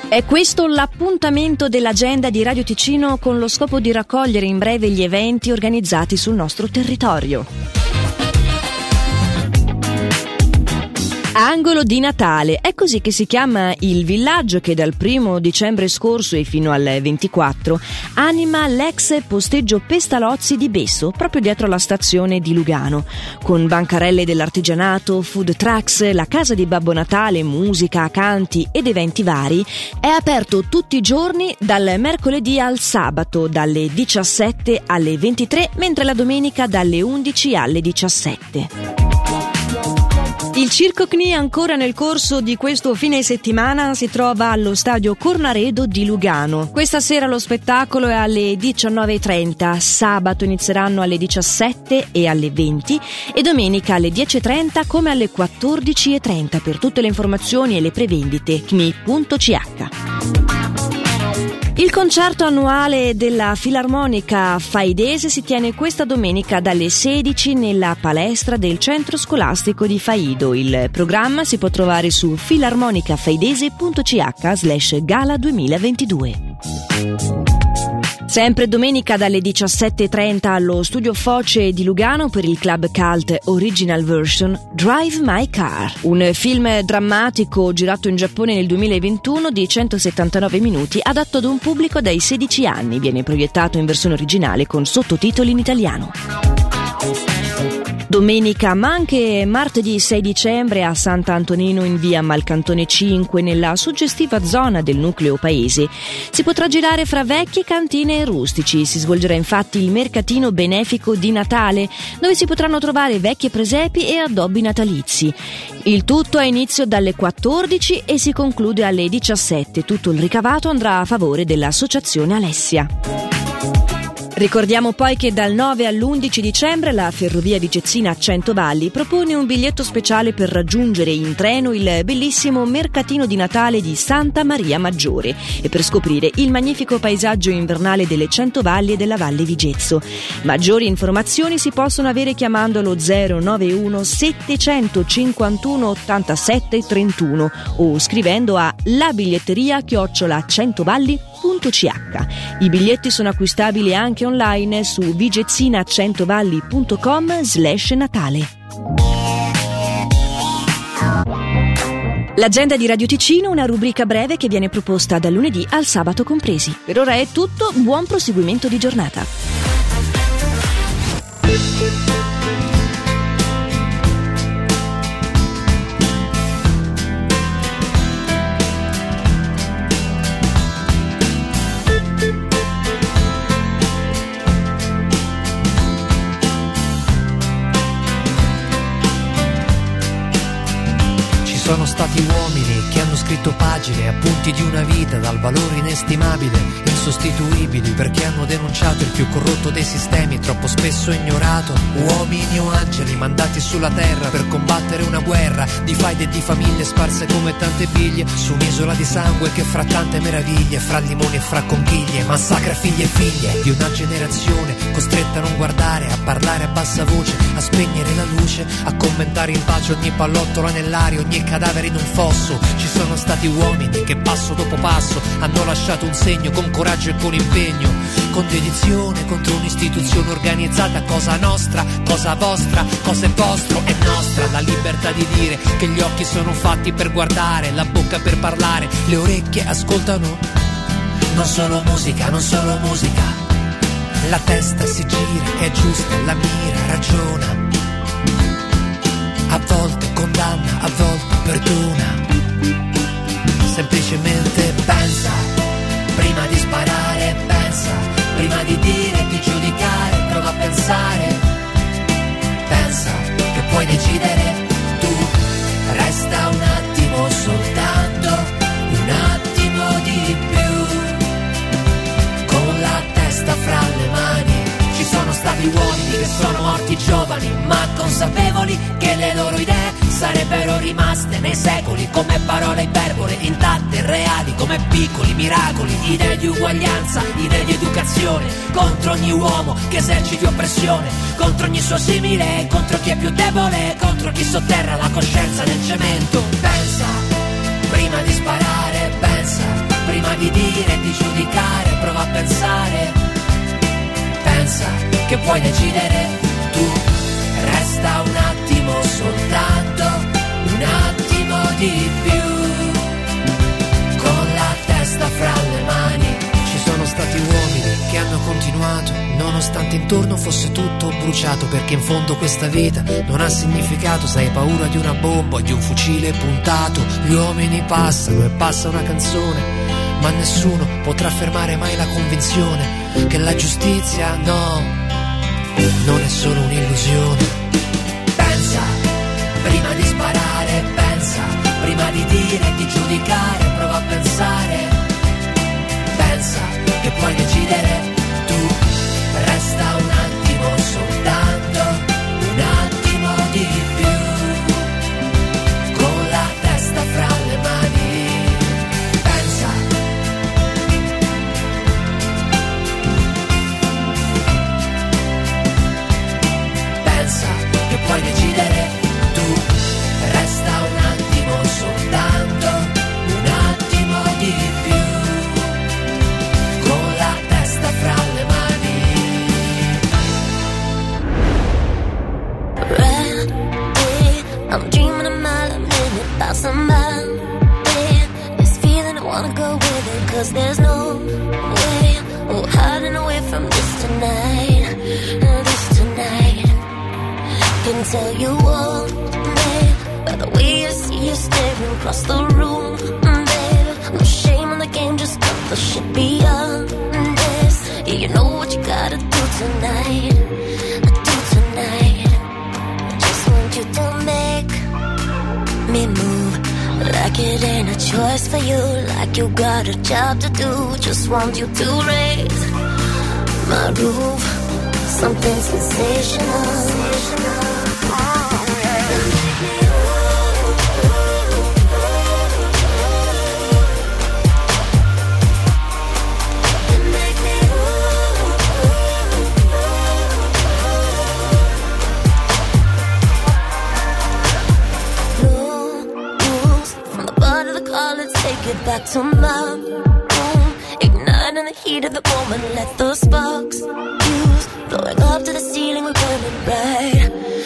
È questo l'appuntamento dell'agenda di Radio Ticino con lo scopo di raccogliere in breve gli eventi organizzati sul nostro territorio. Angolo di Natale, è così che si chiama il villaggio che dal 1 dicembre scorso e fino al 24 anima l'ex posteggio Pestalozzi di Besso, proprio dietro alla stazione di Lugano, con bancarelle dell'artigianato, food trucks, la casa di Babbo Natale, musica, canti ed eventi vari. È aperto tutti i giorni dal mercoledì al sabato dalle 17 alle 23, mentre la domenica dalle 11 alle 17. Il Circo CNI, ancora nel corso di questo fine settimana, si trova allo stadio Cornaredo di Lugano. Questa sera lo spettacolo è alle 19.30, sabato inizieranno alle 17 e alle 20 e domenica alle 10.30 come alle 14.30. Per tutte le informazioni e le prevendite cni.ch. Il concerto annuale della Filarmonica Faidese si tiene questa domenica dalle 16 nella palestra del centro scolastico di Faido. Il programma si può trovare su filarmonicafaidese.ch/gala 2022. Sempre domenica dalle 17.30 allo Studio Foce di Lugano per il club cult Original Version Drive My Car, un film drammatico girato in Giappone nel 2021 di 179 minuti, adatto ad un pubblico dai 16 anni. Viene proiettato in versione originale con sottotitoli in italiano. Domenica, ma anche martedì 6 dicembre a Sant'Antonino in via Malcantone 5, nella suggestiva zona del nucleo paese, si potrà girare fra vecchie cantine e rustici. Si svolgerà infatti il mercatino benefico di Natale, dove si potranno trovare vecchie presepi e addobbi natalizi. Il tutto ha inizio dalle 14 e si conclude alle 17. Tutto il ricavato andrà a favore dell'Associazione Alessia. Ricordiamo poi che dal 9 all'11 dicembre la Ferrovia Vigezzina Centovalli propone un biglietto speciale per raggiungere in treno il bellissimo mercatino di Natale di Santa Maria Maggiore e per scoprire il magnifico paesaggio invernale delle Centovalli e della Valle Vigezzo. Maggiori informazioni si possono avere chiamando lo 091 751 87 31 o scrivendo a labiglietteria@centovalli.ch. I biglietti sono acquistabili anche online su vigezzinaccentovalli.com/Natale. L'agenda di Radio Ticino, una rubrica breve che viene proposta dal lunedì al sabato compresi. Per ora è tutto, buon proseguimento di giornata. Sono stati uomini che hanno scritto pagine, appunti di una vita dal valore inestimabile, insostituibili, perché hanno denunciato il più corrotto dei sistemi, troppo spesso ignorato. Uomini o angeli mandati sulla terra per combattere una guerra di faide e di famiglie sparse come tante biglie su un'isola di sangue che fra tante meraviglie, fra limoni e fra conchiglie, massacra figli e figlie di una generazione costretta a non guardare, a parlare a bassa voce, a spegnere la luce, a commentare in pace ogni pallottola nell'aria, ogni cadavere in un fosso. Ci sono stati uomini che passo dopo passo hanno lasciato un segno con coraggio e con impegno, con dedizione contro un'istituzione organizzata, cosa nostra, cosa vostra, cosa è vostro è nostra. La libertà di dire che gli occhi sono fatti per guardare, la bocca per parlare, le orecchie ascoltano. Non solo musica, non solo musica, la testa si gira, è giusta, la mira, ragiona. A volte condanna, a volte perdona. Semplicemente pensa, prima di sparare, pensa, prima di dire, di giudicare, prova a pensare. Pensa che puoi decidere tu, resta un attimo soltanto, un attimo di più, con la testa fra le mani. Ci sono stati uomini che sono morti giovani, ma consapevoli che le loro idee sarebbero rimaste nei secoli come parole iperbole, intatte e reali come piccoli miracoli, idee di uguaglianza, idee di educazione, contro ogni uomo che eserciti oppressione, contro ogni suo simile, contro chi è più debole, contro chi sotterra la coscienza nel cemento. Pensa, prima di sparare, pensa, di dire e di giudicare, prova a pensare. Pensa che puoi decidere tu. Resta un attimo soltanto, un attimo di più. Con la testa fra le mani. Ci sono stati uomini che hanno continuato, nonostante intorno fosse tutto bruciato, perché in fondo questa vita non ha significato se hai paura di una bomba o di un fucile puntato. Gli uomini passano e passa una canzone, ma nessuno potrà fermare mai la convinzione che la giustizia, no, non è solo un'illusione. Pensa prima di sparare, pensa prima di dire e di giudicare, prova a pensare. Pensa che puoi decidere tu. Resta un attimo soltanto, un attimo di più. Con la testa fra le mani. Pensa. Pensa che puoi decidere tu. Resta un attimo soltanto, un attimo di più. Con la testa fra le mani. I'm dreaming a mile a minute about somebody. This feeling I wanna go with it, cause there's no way we're hiding away from this tonight. This tonight. Can tell you want me by the way I see you staring across the room, babe. No shame in the game, just cut the shit beyond this. Yeah, you know what you gotta do tonight. Do tonight. Just want you to make me move like it ain't a choice for you, like you got a job to do. Just want you to raise my roof, something sensational. Get back to my room, igniting the heat of the moment. Let those sparks fuse, blowing up to the ceiling. We're burning bright.